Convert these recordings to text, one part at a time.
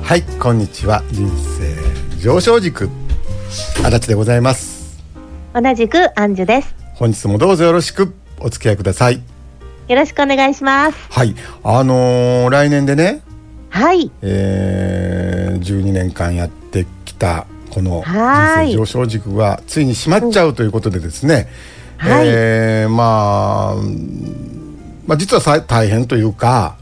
はい、こんにちは。人生上昇軸足立でございます。 同じくアンジュです。 本日もどうぞよろしくお付き合いください。 よろしくお願いします。 はい、来年でね、 はい、 12年間やってきたこの人はい生上昇軸がついに閉まっちゃうということでですね、 はい、 実は大変というか、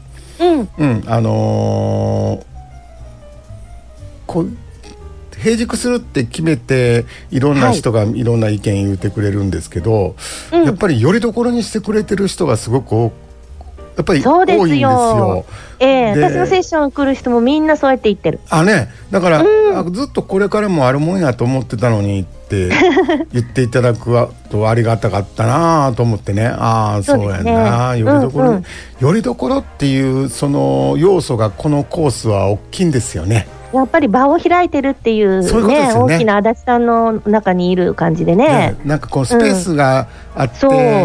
閉塾するって決めていろんな人がいろんな意見言ってくれるんですけど、やっぱりよりどころにしてくれてる人がすごくやっぱり多いんですよ。 私のセッション来る人もみんなそうやって言ってる。 だから、ずっとこれからもあるもんやと思ってたのにって言っていただくとありがたかったなと思ってね。そうやな、よりどころっていうその要素がこのコースは大きいんですよね。 やっぱり場を開いてるっていうね、大きな足立さんの中にいる感じでね。 なんかこのスペースがあって、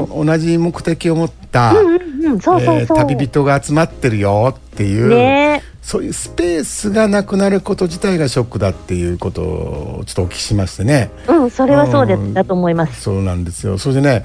同じ目的を持った旅人が集まってるよっていう、そういうスペースがなくなること自体がショックだっていうことをちょっとお聞きしましてね。 それはそうだと思います。 そうなんですよ。それでね、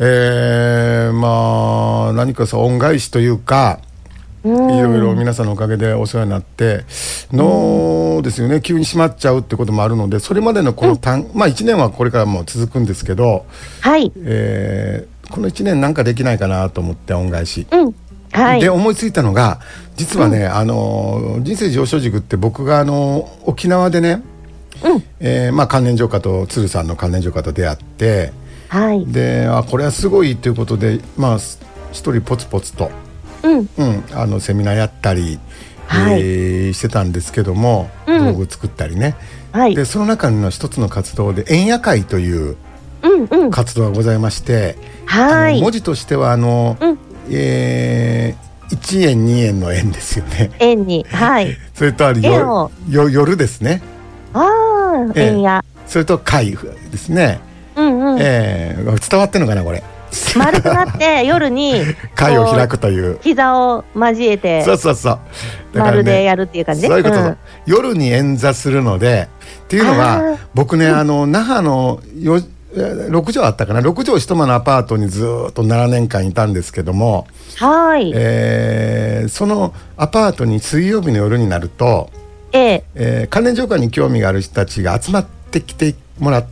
何か恩返しというか、いろいろ皆さんのおかげでお世話になってですよね。急に閉まっちゃうってこともあるので、それまでのこの1年はこれからも続くんですけど、この1年なんかできないかなと思って恩返し、で思いついたのが、実はね、人生上昇軸って僕が沖縄でね、関連浄化と鶴さんの関連浄化と出会って、でこれはすごいということで、一人ポツポツとセミナーやったり、してたんですけども、道具作ったりね、でその中の一つの活動で円夜会という活動がございまして、文字としては1円2円の円ですよね。 円に、 それと夜ですね。 円夜、 それと会ですね。伝わってんのかなこれ。 丸くなって夜に会を開くという膝を交えて、丸でやるっていう感じで、 そういうこと、夜に演座するのでっていうのは、僕ね、那覇の6畳あったかな、6畳一間のアパートにずっと7年間いたんですけども、そのアパートに水曜日の夜になると、関連浄化に興味がある人たちが集まってきてもらって、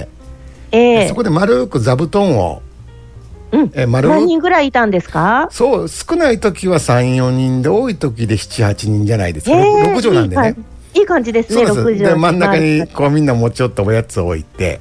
そこで丸く座布団を何人ぐらいいたんですか？ そう、少ない時は 3,4 人で、多い時で 7,8 人じゃないですか。6畳なんでね、 いい感じですね。6畳で真ん中にみんなもうちょっとおやつを置いて、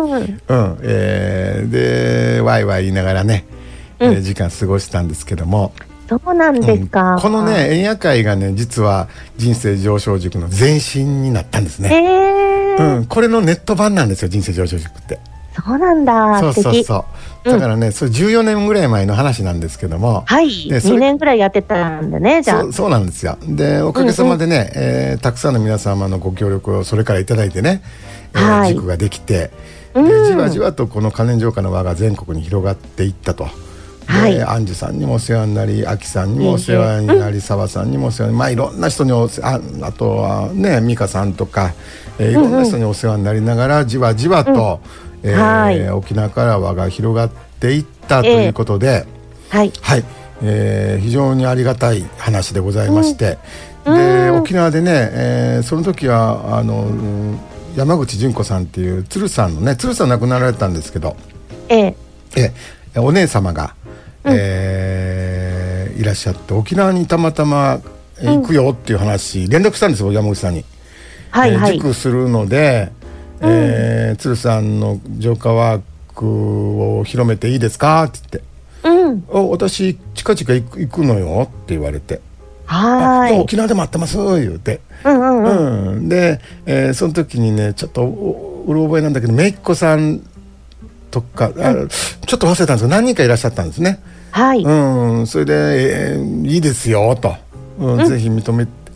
でワイワイ言いながらね、時間過ごしたんですけども。 そうなんですか。 このね、円夜会がね、実は人生上昇塾の前身になったんですね。これのネット版なんですよ、人生上昇塾って。 そうなんだ。 だからね、それ14年ぐらい前の話なんですけども、 2年ぐらいやってたんだね。じゃあそうなんですよ。でおかげさまでね、たくさんの皆様のご協力をそれからいただいてね、塾ができて、でじわじわとこの関連浄化の輪が全国に広がっていったと。アンジュさんにもお世話になり、アキさんにもお世話になり、澤さんにもお世話になり、いろんな人にあとはね、美香さんとか、いろんな人にお世話になりながら、じわじわと、沖縄から輪が広がっていったということで、非常にありがたい話でございまして、で沖縄でね、その時は山口純子さんっていう鶴さん亡くなられたんですけど、お姉様が、いらっしゃって、沖縄にたまたま行くよっていう話、連絡したんですよ、山口さんに。塾するので、鶴さんの浄化ワークを広めていいですかって言って、私近々行くのよって言われて、沖縄で待ってます言うて、で、その時にね、ちょっとうろ覚えなんだけど、めいっ子さんとか、ちょっと忘れたんですけど、何人かいらっしゃったんですね。それで、いいですよと、ぜひ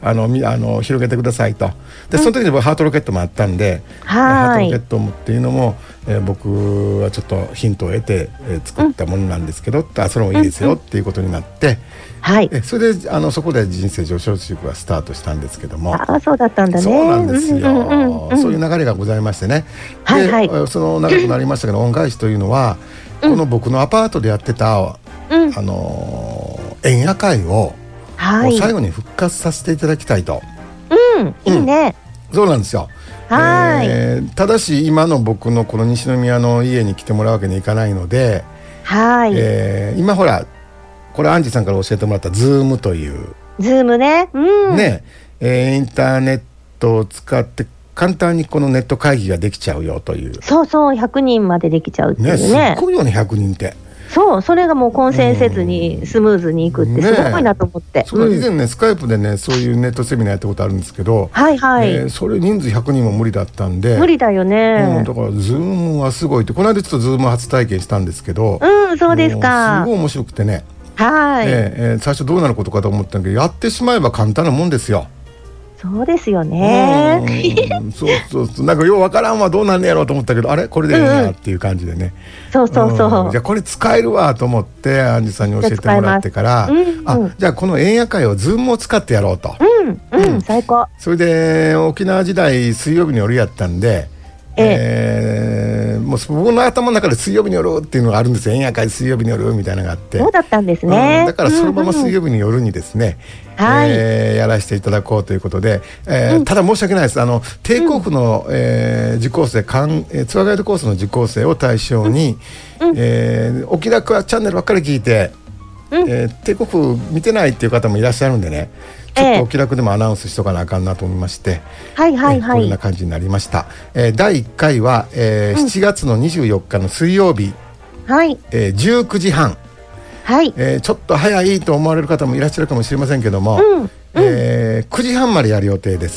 広げてくださいと。でその時に僕ハートロケットもあったんで、ハートロケットもっていうのも、僕はちょっとヒントを得て、作ったものなんですけど、それもいいですよっていうことになって、それでそこで人生上昇塾がスタートしたんですけども。 そうだったんだね。 そうなんですよ、そういう流れがございましてね。で、その流れとなりましたけど、恩返しというのは、この僕のアパートでやってた、演夜会を、最後に復活させていただきたいと。 いいね。 そうなんですよ。ただし今の僕のこの西宮の家に来てもらうわけにいかないので、今ほらこれアンジーさんから教えてもらったズームというズームね、 インターネットを使って簡単にこのネット会議ができちゃうよという。 そうそう、100人までできちゃうっていうね。 すっごいよね、100人って。 そう、それがもう混戦せずにスムーズにいくってすごいなと思って。 以前ね、スカイプでね、そういうネットセミナーやったことあるんですけど、それ人数100人も無理だったんで。 無理だよね。 だからズームはすごいって、この間ちょっとズーム初体験したんですけど、 そうですか。 すごい面白くてね。最初どうなることかと思ったんだけど、やってしまえば簡単なもんですよ。 そうですよね。 そうなんかようわからんわ、どうなんねやろうと思ったけど、あれこれでいいなっていう感じでね。 じゃあこれ使えるわと思ってアンジさんに教えてもらってから、じゃあこの演夜会をズームを使ってやろうと。 最高。 それで沖縄時代水曜日の夜やったんで、もう僕の頭の中で水曜日の夜っていうのがあるんですよ。演夜会水曜日の夜みたいなのがあって。 そうだったんですね。 だからそのまま水曜日の夜にですね、やらせていただこうということで、ただ申し訳ないです。テイクオフの、受講生ツアーガイドコースの受講生を対象に、沖縄チャンネルばっかり聞いて、テイクオフ見てないっていう方もいらっしゃるんでね、ちょっとお気楽でもアナウンスしとかなあかんなと思いまして、こんな感じになりました。第1回は、7月の24日の水曜日、19時半、ちょっと早いと思われる方もいらっしゃるかもしれませんけども、9時半までやる予定です。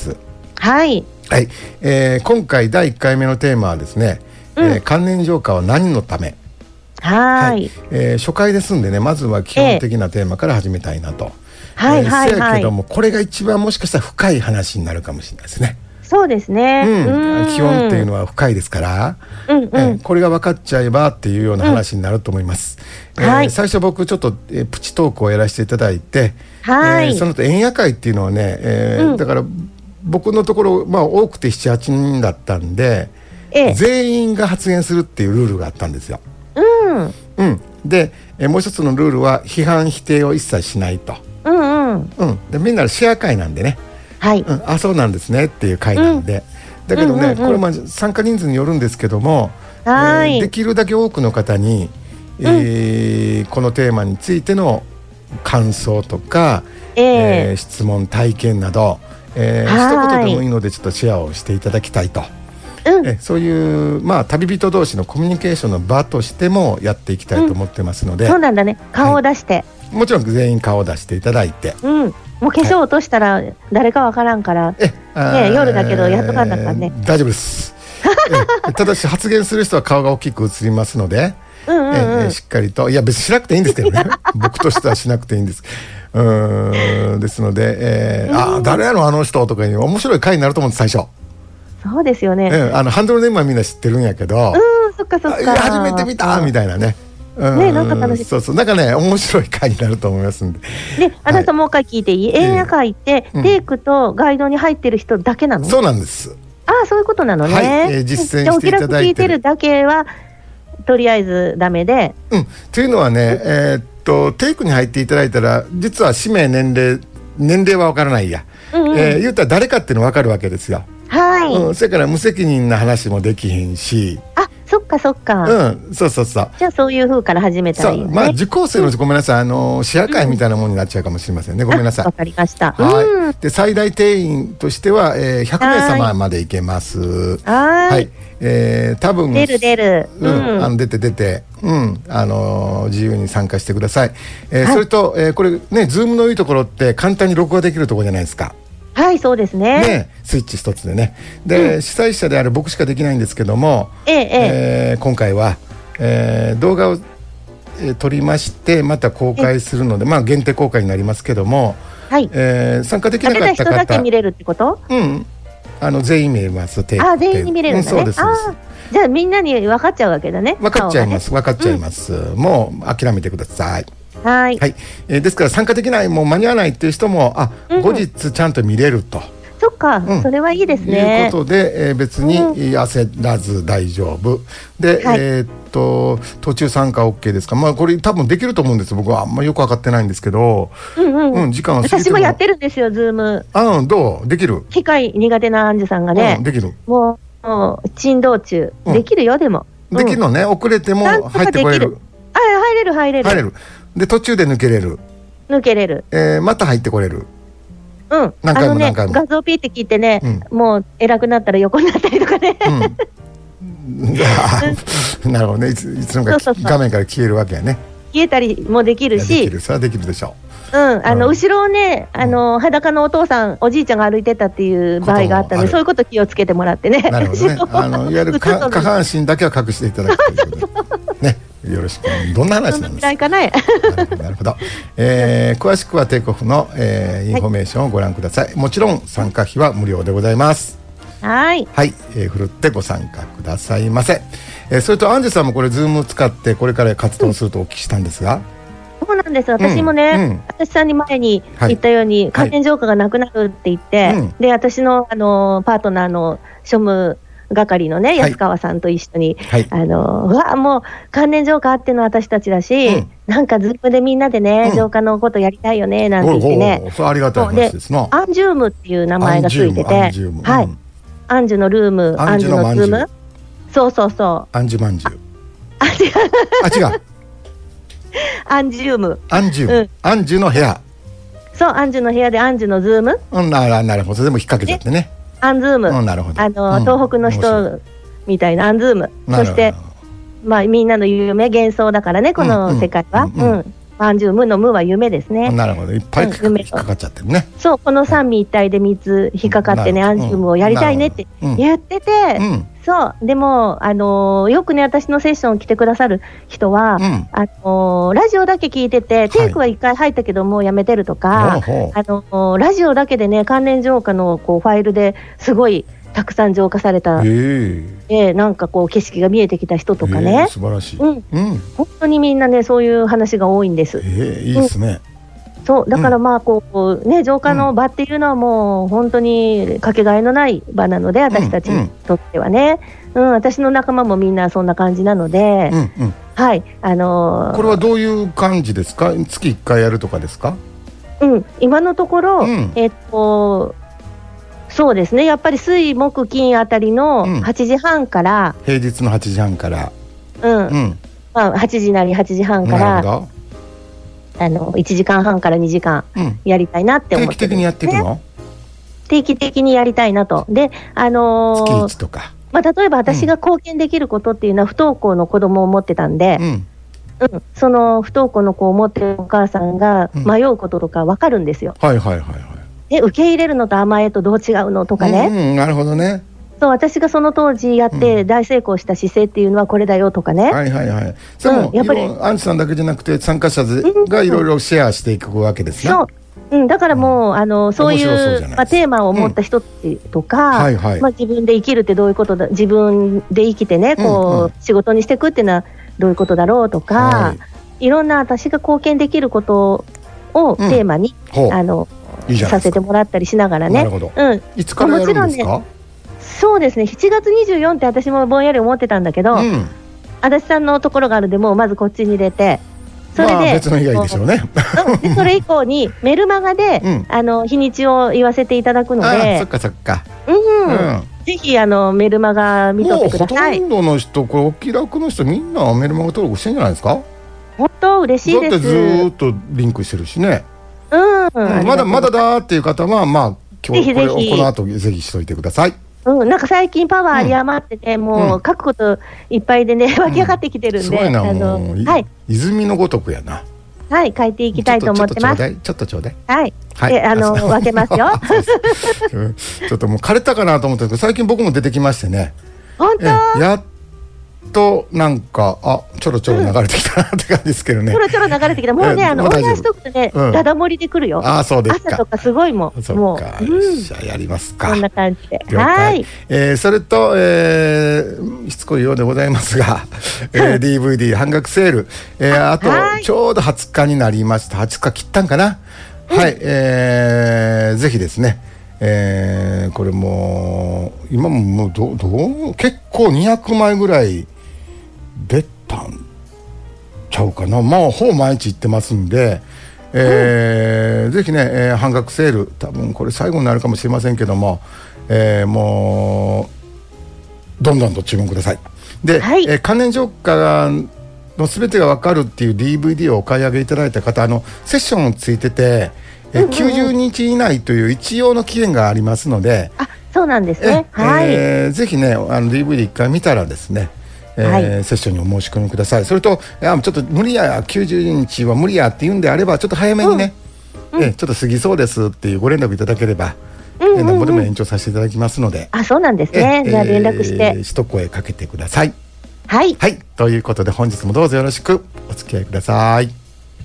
今回第1回目のテーマはですね、関連浄化は何のため。初回ですんでね、まずは基本的なテーマから始めたいなと。せやけども、これが一番もしかしたら深い話になるかもしれないですね。 そうですね。 基本っていうのは深いですから、これが分かっちゃえばっていうような話になると思います。最初僕ちょっとプチトークをやらせていただいて、その後演夜会っていうのはね、だから僕のところ、多くて7、8人だったんで、全員が発言するっていうルールがあったんですよ。で、もう一つのルールは批判否定を一切しないと。でみんなシェア会なんでね、そうなんですねっていう会なんで、だけどね、これ参加人数によるんですけども、できるだけ多くの方に、このテーマについての感想とか、質問体験など、一言でもいいのでちょっとシェアをしていただきたいと。そういう旅人同士のコミュニケーションの場としてもやっていきたいと思ってますので、 そうなんだね、顔を出して、 もちろん全員顔を出していただいて、 もう化粧落としたら誰かわからんから、夜だけどやっとかんなかね。 大丈夫ですただし発言する人は顔が大きく映りますので、しっかりと、いや別にしなくていいんですけどね僕としてはしなくていいんですですので、誰やろあの人とかに面白い回になると思うんです、最初。 そうですよね。 ハンドルネームはみんな知ってるんやけど、 そっかそっか、 初めて見たみたいなね。 なんか楽しい。 そうなんかね、面白い回になると思いますんで。 で、あなたもう一回聞いていい？演夜会ってテイクとガイドに入ってる人だけなの？ そうなんです。 そういうことなのね。 実践していただいて。 お気楽聞いてるだけはとりあえずダメで。 というのはね、テイクに入っていただいたら実は氏名年齢は分からないや。言ったら誰かっていうの分かるわけですよ。それから無責任な話もできへんし。 そっかそっか。 そうじゃあそういう風から始めたらいいよね。 受講生のごめんなさい、シェア会みたいなものになっちゃうかもしれませんね。ごめんなさい。 わかりました。 で最大定員としては、100名様までいけます。多分出る。 出て、自由に参加してください。それと、これね、ズームのいいところって簡単に録画できるところじゃないですか。 そうですね。 スイッチ一つでね。で、主催者である僕しかできないんですけども、今回は、動画を、撮りましてまた公開するので、限定公開になりますけども、 はい、 参加できなかった方、 出た人だけ見れるってこと？ うん、全員見れます。 全員に見れるんだね。 そうです。 じゃあみんなに分かっちゃうわけだね。 分かっちゃいます。分かっちゃいます。もう諦めてください。 はい。 ですから参加できない、もう間に合わないっていう人も後日ちゃんと見れると。 そっか、それはいいですね。 ということで、別に焦らず大丈夫で、途中参加 OK ですか。まあこれ多分できると思うんです。僕はあんまよく分かってないんですけど、時間は過ぎても。 私もやってるんですよ、ズーム。 どうできる？ 機械苦手なアンジュさんがね、 できる。 もう珍道中できるよ。でもできるのね。遅れても入ってこれる。 入れる。 で途中で抜けれる。また入ってこれる。何回も何回も画像ピーって聞いてね、もう偉くなったら横になったりとかね。 なるほどね。いつの間にか画面から消えるわけやね。 消えたりもできるし、 それはできるでしょう。 後ろをね、裸のお父さん、おじいちゃんが歩いてたっていう場合があったので、そういうこと気をつけてもらってね。 なるほどね。いわゆる下半身だけは隠していただくということでね。よろしく。どんな話なんですか。なるほど。詳しくはテイクオフのインフォメーションをご覧ください。もちろん参加費は無料でございます。はい、ふるってご参加くださいませ。それとアンジェさんもこれズーム使ってこれから活動するとお聞きしたんですが。 そうなんです。私もね、私さんに前に言ったように関連浄化がなくなるって言って、で私のパートナーの庶務係のね、安川さんと一緒に、もう関連浄化あっての私たちだし、なんかズームでみんなでね、浄化のことやりたいよねなんて言ってね、 ありがたい話ですな。 アンジュームっていう名前がついてて、アンジュのルーム、アンジュのズーム、そうアンジュまんじゅう、違うアンジューム、 アンジュの部屋、 そうアンジュの部屋でアンジュのズーム、 なるほど。でも引っ掛けちゃってね、 アンズーム、 なるほど。 東北の人みたいなアンズーム、そしてみんなの夢、幻想だからね、この世界は。アンジュームの無は夢ですね。 なるほど。いっぱい引っかかっちゃってるね。 そう、この三位一体で3つ引っかかってね、アンジュームをやりたいねって言ってて、そうでもよくね、私のセッション来てくださる人は、ラジオだけ聞いてて、テイクは1回入ったけどもうやめてるとか、ラジオだけでね、関連浄化のファイルですごいたくさん浄化された、なんか景色が見えてきた人とかね、 素晴らしい。 本当にみんなね、そういう話が多いんです。 いいですね。 そうだから浄化の場っていうのはもう本当にかけがえのない場なので、私たちにとってはね、私の仲間もみんなそんな感じなので、これはどういう感じですか？月1回やるとかですか？ 今のところ、そうですね、やっぱり水木金あたりの8時半から、 平日の8時半から、 8時なり8時半から1時間半から2時間やりたいなって思ってるんですね。定期的にやっていくの？定期的にやりたいなと。で、月 1とか、 例えば私が貢献できることっていうのは、不登校の子供を持ってたんで、その不登校の子を持ってるお母さんが迷うこととか分かるんですよ。受け入れるのと甘えとどう違うのとかね。 なるほどね。 そう私がその当時やって大成功した姿勢っていうのはこれだよとかね。 でもやっぱりアンジュさんだけじゃなくて参加者がいろいろシェアしていくわけですね。 だからもう、そういうテーマを持った人とか、自分で生きるってどういうことだ、自分で生きてね、仕事にしていくっていうのはどういうことだろうとか、いろんな私が貢献できることをテーマに、させてもらったりしながらね。 いつからやるんですか？ そうですね、7月24って私もぼんやり思ってたんだけど、足立さんのところがあるんで、もうまずこっちに入れて、それで別の日がいいでしょうね。 でそれ以降にメルマガで、日にちを言わせていただくので、 そっかそっか、 ぜひメルマガ見とってください。 ほとんどの人、これお気楽の人みんなメルマガ登録してんじゃないですか？ 本当嬉しいです。 だってずっとリンクしてるしね。まだだっていう方は今日この後ぜひしといてください。 なんか最近パワー有り余ってて、もう書くこといっぱいでね、湧き上がってきてるんで、 すごいな、もう泉のごとくやな。 書いていきたいと思ってます。 ちょっとちょうだい。 分けますよ。 ちょっともう枯れたかなと思ったけど、最近僕も出てきましてね。 本当？ やっとなんかちょろちょろ流れてきたなって感じですけどね、 ちょろちょろ流れてきた。もうね、オンエアしとくとね、ダダ漏りでくるよ。 そうですか。 朝とかすごいもん。 そうか、じゃあやりますか。 こんな感じで。 はい。それと、しつこいようでございますが、DVD 半額セール、あとちょうど20日になりました。20日切ったんかな。はい、ぜひですね、これも今もう結構200枚ぐらい出たんちゃうかな。ほぼ毎日行ってますんで、ぜひね、半額セール多分これ最後になるかもしれませんけども、もうどんどんと注文ください。で、関連浄化の全てが分かるっていう DVD をお買い上げいただいた方、セッションついてて、90日以内という一応の期限がありますので、 そうなんですね。 ぜひね、DVD 一回見たらですね、セッションにお申し込みください。それとちょっと無理や、90日は無理やって言うんであれば、ちょっと早めにね、ちょっと過ぎそうですっていうご連絡いただければ、何ぼでも延長させていただきますので。 そうなんですね。じゃあ連絡して一声かけてください。 はい、 ということで本日もどうぞよろしくお付き合いください。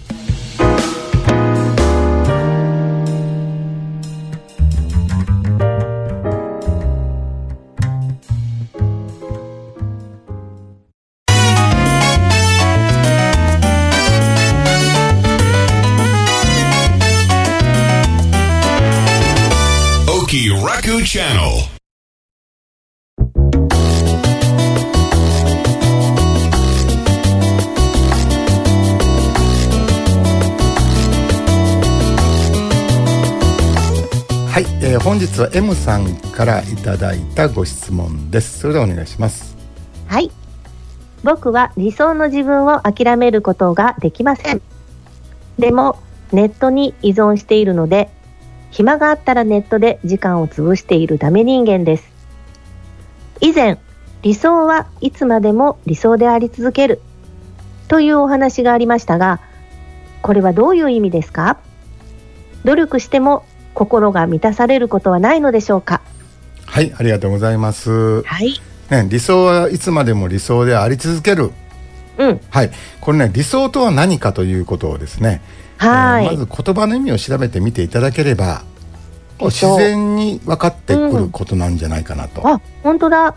Raku Channel。 はい、本日は M さんからいただいたご質問です。それではお願いします。 はい、僕は理想の自分を諦めることができません。でもネットに依存しているので、暇があったらネットで時間を潰しているダメ人間です。以前、理想はいつまでも理想であり続けるというお話がありましたが、これはどういう意味ですか？努力しても心が満たされることはないのでしょうか？ はい、ありがとうございます。 はい。 理想はいつまでも理想であり続ける。はい。これね、理想とは何かということをですね、まず言葉の意味を調べてみていただければ自然に分かってくることなんじゃないかなと。 本当だ。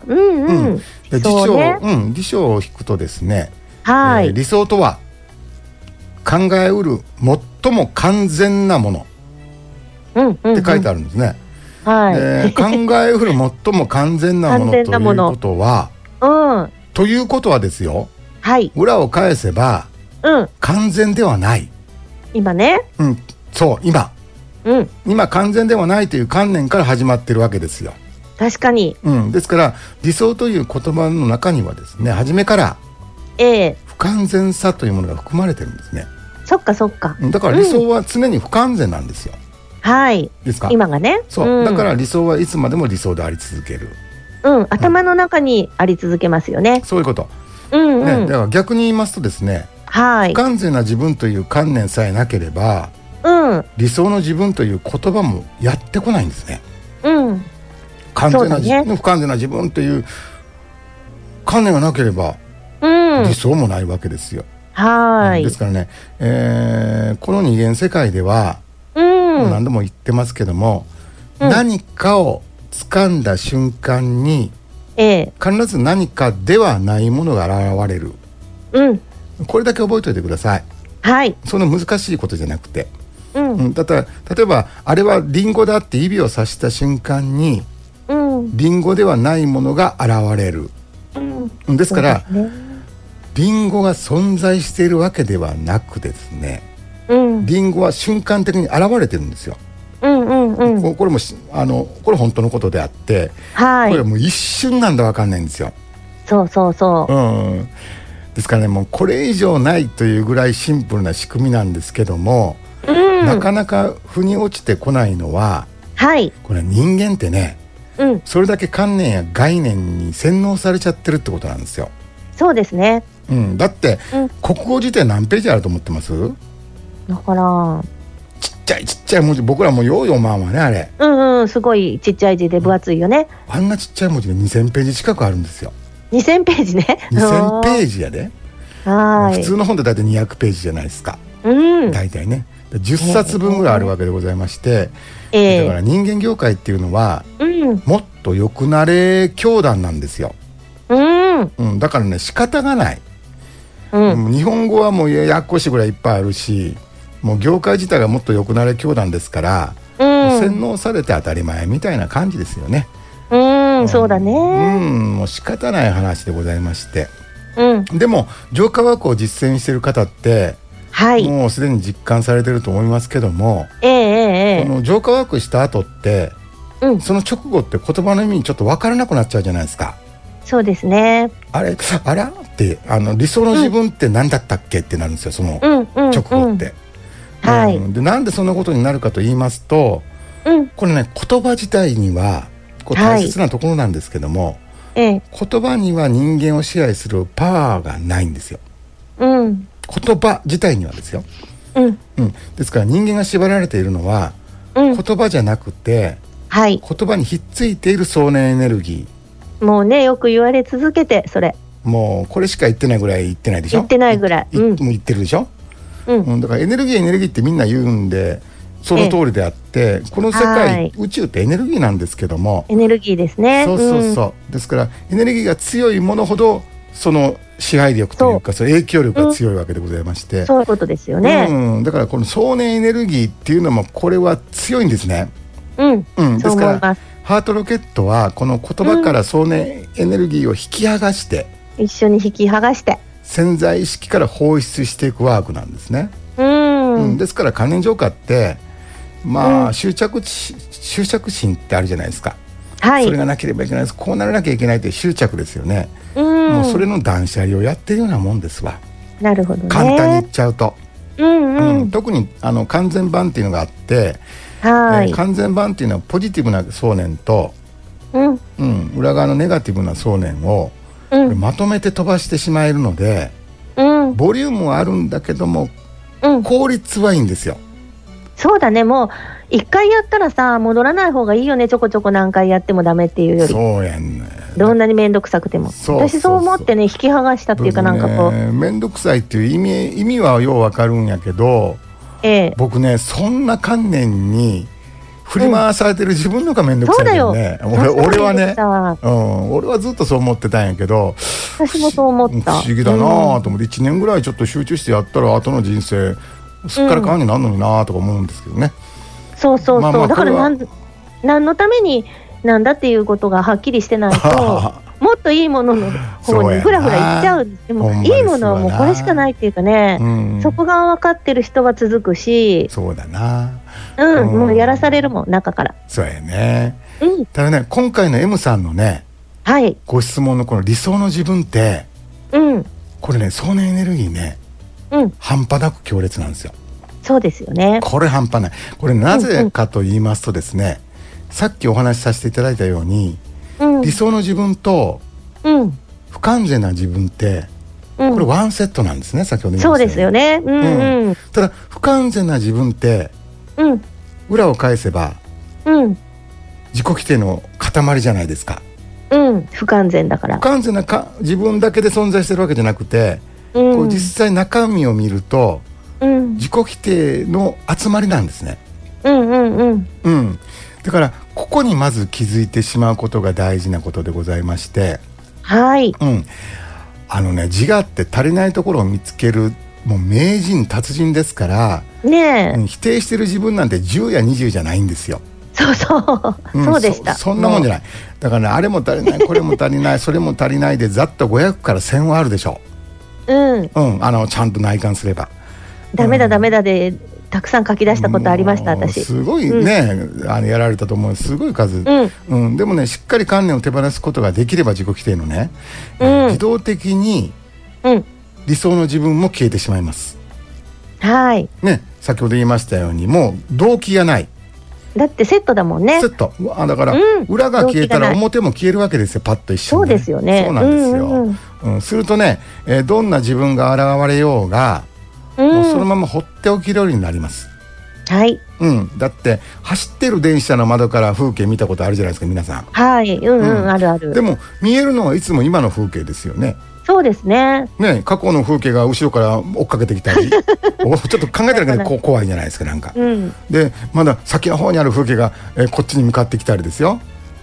辞書を引くとですね、理想とは考えうる最も完全なものって書いてあるんですね。考えうる最も完全なものということは、ということはですよ、裏を返せば完全ではない。 今ね、 そう今完全ではないという観念から始まってるわけですよ。 確かに。 ですから理想という言葉の中にはですね、初めから不完全さというものが含まれてるんですね。 そっかそっか。 だから理想は常に不完全なんですよ。ですか？ 今がね。 そう、だから理想はいつまでも理想であり続ける。 頭の中にあり続けますよね。 そういうこと。だから逆に言いますとですね、不完全な自分という観念さえなければ、理想の自分という言葉もやってこないんですね。不完全な自分という観念がなければ、理想もないわけですよ。ですからね、この二元世界では、何度も言ってますけども、何かを掴んだ瞬間に、必ず何かではないものが現れる。これだけ覚えておいてください。そんな難しいことじゃなくて、だから例えばあれはリンゴだって指をさした瞬間に、リンゴではないものが現れる。ですから、リンゴが存在しているわけではなくですね、リンゴは瞬間的に現れてるんですよ。これもこれ本当のことであって、これはもう一瞬なんだ分かんないんですよ。ですからね、もうこれ以上ないというぐらいシンプルな仕組みなんですけども、なかなか腑に落ちてこないのは、これ人間ってね、それだけ観念や概念に洗脳されちゃってるってことなんですよ。 そうですね。 だって、国語辞典何ページあると思ってます？ だからちっちゃい文字、僕らもよう読まんわね、あれ。 すごいちっちゃい字で分厚いよね。 あんなちっちゃい文字で2000ページ近くあるんですよ。 2000ページね。 2000ページやで。 はい。 普通の本で大体200ページじゃないですか。大体ね。10冊分ぐらいあるわけでございまして、だから人間業界っていうのは、もっと良くなれ教団なんですよ。だからね、仕方がない。日本語はもうややこしいぐらいいっぱいあるし、もう業界自体がもっと良くなれ教団ですから、洗脳されて当たり前みたいな感じですよね。 そうだね。 もう仕方ない話でございまして、でも浄化ワークを実践している方って、もうすでに実感されてると思いますけども、この浄化ワークした後って、その直後って言葉の意味にちょっと分からなくなっちゃうじゃないですか。 そうですね。 あらって理想の自分って何だったっけってなるんですよ、その直後って。でなんでそんなことになるかと言いますと、これね、言葉自体にはこれ大切なところなんですけども、言葉には人間を支配するパワーがないんですよ。言葉自体にはですよ。ですから人間が縛られているのは、言葉じゃなくて、言葉にひっついている想念エネルギー。もうね、よく言われ続けて、それもうこれしか言ってないぐらい言ってないでしょ。 言ってないぐらい、 もう言ってるでしょ。だからエネルギーってみんな言うんで、その通りであって、この世界、宇宙ってエネルギーなんですけども、 エネルギーですね。 そうですからエネルギーが強いものほどその支配力というか、その影響力が強いわけでございまして、 そういうことですよね。 だからこの想念エネルギーっていうのもこれは強いんですね。ですからハートロケットはこの言葉から想念エネルギーを引き剥がして、 一緒に引き剥がして潜在意識から放出していくワークなんですね。ですから関連浄化って、執着心ってあるじゃないですか。それがなければいけないです、こうならなきゃいけないという執着ですよね。もうそれの断捨離をやってるようなもんですわ。 なるほどね。 簡単に言っちゃうと、特に完全版っていうのがあって、完全版っていうのはポジティブな想念と、裏側のネガティブな想念を、まとめて飛ばしてしまえるので、ボリュームはあるんだけども、効率はいいんですよ。 そうだね。もう一回やったらさ、戻らない方がいいよね。ちょこちょこ何回やってもダメっていうより。 そうやんね。 どんなに面倒くさくても。私そう思ってね、引き剥がしたっていうか、なんかこう面倒くさいっていう意味はようわかるんやけど、僕ね、そんな観念に振り回されてる自分のが面倒くさいよね。俺はね、俺はずっとそう思ってたんやけど、 私もそう思った。 不思議だなと思って、1年ぐらいちょっと集中してやったら後の人生すっからかんになるのになとか思うんですけどね。 そうだから何のためになんだっていうことがはっきりしてないともっといいものの方にふらふらいっちゃうんです。でもいいものはもうこれしかないっていうかね、そこが分かってる人は続くし、 そうだな、 もうやらされるもん、中から。 そうやね。ただね、今回の M さんのね、ご質問のこの理想の自分って、これね、想念エネルギーね、半端なく強烈なんですよ。 そうですよね。 これ半端ない。これなぜかと言いますとですね、さっきお話しさせていただいたように、理想の自分と不完全な自分って、これワンセットなんですね。先ほど言いましたように。そうですよね。ただ不完全な自分って、裏を返せば、自己規定の塊じゃないですか。 不完全だから。 不完全な自分だけで存在してるわけじゃなくて、こう実際中身を見ると、自己否定の集まりなんですね。だからここにまず気づいてしまうことが大事なことでございまして、自我って足りないところを見つける、もう名人達人ですから、否定してる自分なんて10や20じゃないんですよ。そうでした。そんなもんじゃない。だからね、あれも足りないこれも足りないそれも足りないで、ざっと500から1000はあるでしょう。ちゃんと内観すれば。ダメだでたくさん書き出したことありました。私すごいね、やられたと思う。すごい数。でもね、しっかり観念を手放すことができれば、自己規定のね、自動的に理想の自分も消えてしまいます。ね、先ほど言いましたように、もう動機がない。だってセットだもんね。セットだから、裏が消えたら表も消えるわけですよ。パッと一瞬で。そうですよね。そうなんですよ。するとね、どんな自分が現れようが、もうそのまま放っておきるようになります。 はい、 だって走ってる電車の窓から風景見たことあるじゃないですか皆さん。 はい、あるある。 でも見えるのはいつも今の風景ですよね。 そうですね。 過去の風景が後ろから追っかけてきたりちょっと考えただけで怖いじゃないですかなんか、でまだ先の方にある風景が、こっちに向かってきたりですよ、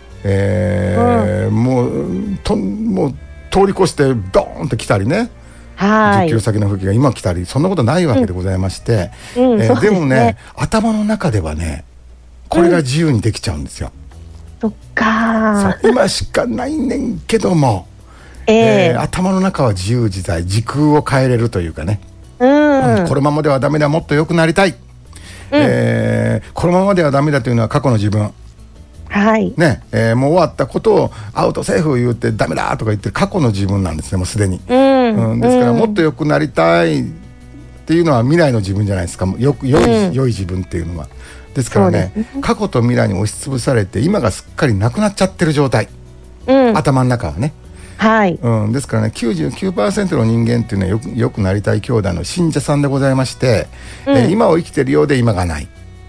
もう通り越してドーンと来たりね、10キロ先の風景が今来たり、そんなことないわけでございまして、でもね頭の中ではねこれが自由にできちゃうんですよ。 そっかそう今しかないねんけども、頭の中は自由自在、時空を変えれるというかね、このままではダメだ、もっと良くなりたい、このままではダメだというのは過去の自分、 はいね、もう終わったことをアウトセーフ言ってダメだとか言ってる過去の自分なんですね、もうすでに、ですからもっと良くなりたいっていうのは未来の自分じゃないですか、良い自分っていうのは。ですからね、過去と未来に押しつぶされて今がすっかりなくなっちゃってる状態、頭の中はね、ですからね 99% の人間っていうのはよくなりたい兄弟の信者さんでございまして、今を生きてるようで今がない、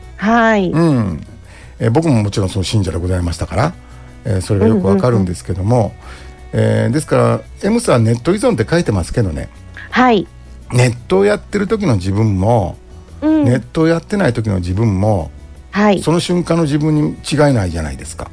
僕ももちろんその信者でございましたから、それがよくわかるんですけども、ですから M さんネット依存って書いてますけどね、ネットをやってる時の自分も、ネットをやってない時の自分も、その瞬間の自分に違いないじゃないですか。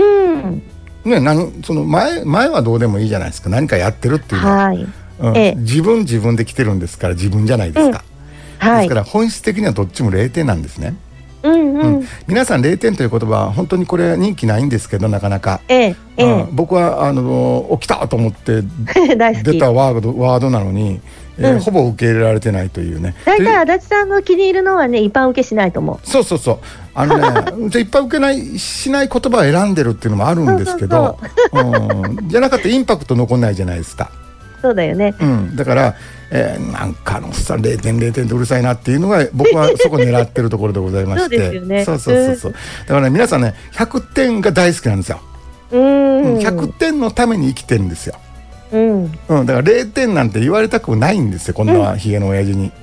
その前はどうでもいいじゃないですか、何かやってるっていうのは、自分で来てるんですから自分じゃないですか、ですから本質的にはどっちも0点なんですね。皆さん0点という言葉は本当にこれ人気ないんですけど、なかなか、僕は起きたと思って出たワードなのに、ほぼ受け入れられてないというね。 大体足立さんの気に入るのはね、一般受けしないと思う。 そう一般受けしない言葉を選んでるっていうのもあるんですけど、じゃなかったらインパクト残んないじゃないですか。 そうだよね、 だから、なんかさ0点0点とうるさいなっていうのが僕はそこ狙ってるところでございましてそうですよね、そうだからね、皆さんね100点が大好きなんですよ。100点のために生きてるんですよ。だから0点なんて言われたくないんですよ、こんなひげの親父に。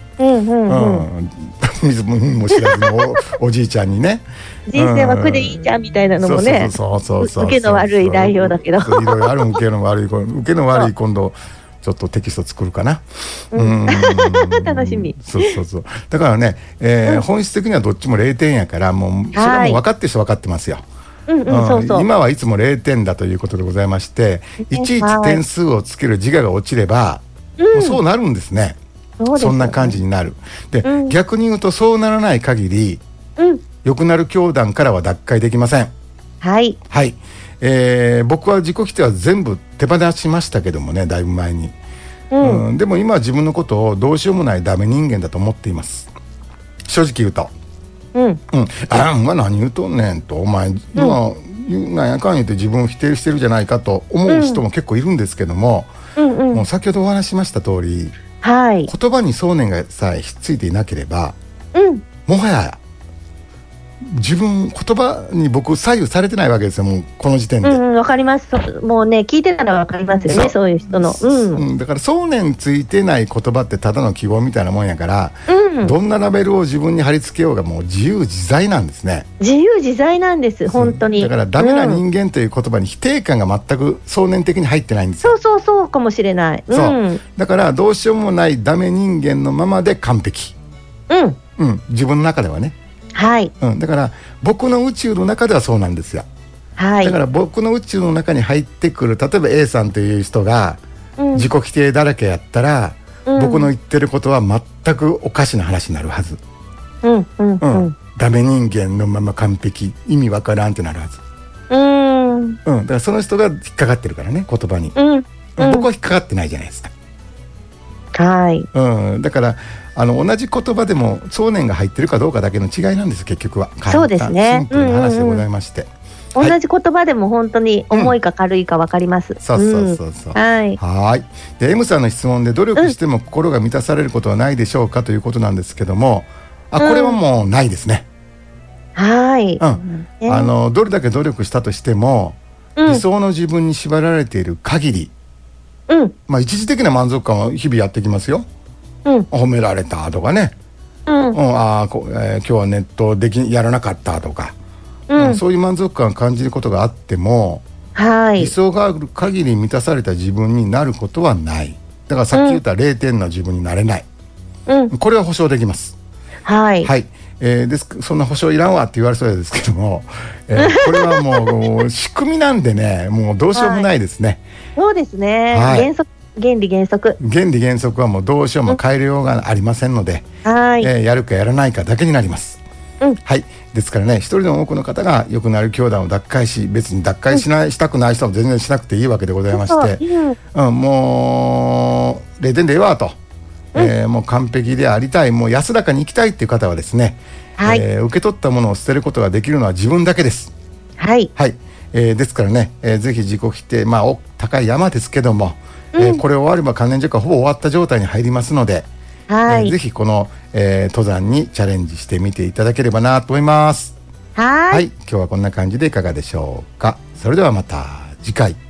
水も知らずの おじいちゃんにね、 人生は苦でいいじゃんみたいなのもね、受けの悪い代表だけど、 いろいろある受けの悪い今度ちょっとテキスト作るかな、 楽しみ。 だからね、本質的にはどっちも0点やから、もうそれはもう分かってる人分かってますよ。今はいつも0点だということでございまして、いちいち点数をつける自我が落ちれば、もうそうなるんですね。そんな感じになる。で、逆に言うとそうならない限り、良くなる教団からは脱会できません。僕は自己否定は全部手放しましたけどもね、だいぶ前に、でも今は自分のことをどうしようもないダメ人間だと思っています、正直言うと。何言うとんねんと、お前今、なんやかん言って自分を否定してるじゃないかと思う人も結構いるんですけども、もう先ほどお話しました通り、言葉に想念がさえひっついていなければ、もはや自分、言葉に僕左右されてないわけですよ、もうこの時点で。 わかります。もうね、聞いてたらわかりますよね、そういう人の。 だから想念ついてない言葉ってただの記号みたいなもんやから、どんなラベルを自分に貼り付けようがもう自由自在なんですね。 自由自在なんです、本当に。 だからダメな人間という言葉に否定感が全く想念的に入ってないんですよ。 そうかもしれない。 だからどうしようもないダメ人間のままで完璧。自分の中ではね。だから僕の宇宙の中ではそうなんですよ。だから僕の宇宙の中に入ってくる、例えば A さんという人が自己否定だらけやったら、僕の言ってることは全くおかしな話になるはず。ダメ人間のまま完璧、意味わからんってなるはず。だからその人が引っかかってるからね、言葉に。僕は引っかかってないじゃないですか。だから同じ言葉でも想念が入ってるかどうかだけの違いなんです、結局は。 そうですね、 シンプルな話でございまして、 同じ言葉でも本当に重いか軽いか分かります。 はい。で M さんの質問で、努力しても心が満たされることはないでしょうかということなんですけども、これはもうないですね。どれだけ努力したとしても、理想の自分に縛られている限り、一時的な満足感は日々やってきますよ。褒められたとかね、 うん今日はネットやらなかったとか、そういう満足感を感じることがあっても、理想がある限り満たされた自分になることはない。だからさっき言った0点の自分になれない、これは保証できます。そんな保証いらんわって言われそうですけども、これはもう仕組みなんでね、もうどうしようもないですね。 そうですね、原理原則はもうどうしようも変えるようがありませんので、やるかやらないかだけになります。ですからね、一人でも多くの方が良くなる教団を脱会し、別に脱会したくない人も全然しなくていいわけでございまして、もう0点でいいわと、もう完璧でありたい、もう安らかに生きたいっていう方はですね、受け取ったものを捨てることができるのは自分だけです。ですからね、ぜひ自己否定、高い山ですけども、これ終われば関連塾はほぼ終わった状態に入りますので、ぜひこの、登山にチャレンジしてみていただければなと思います。今日はこんな感じでいかがでしょうか。それではまた次回。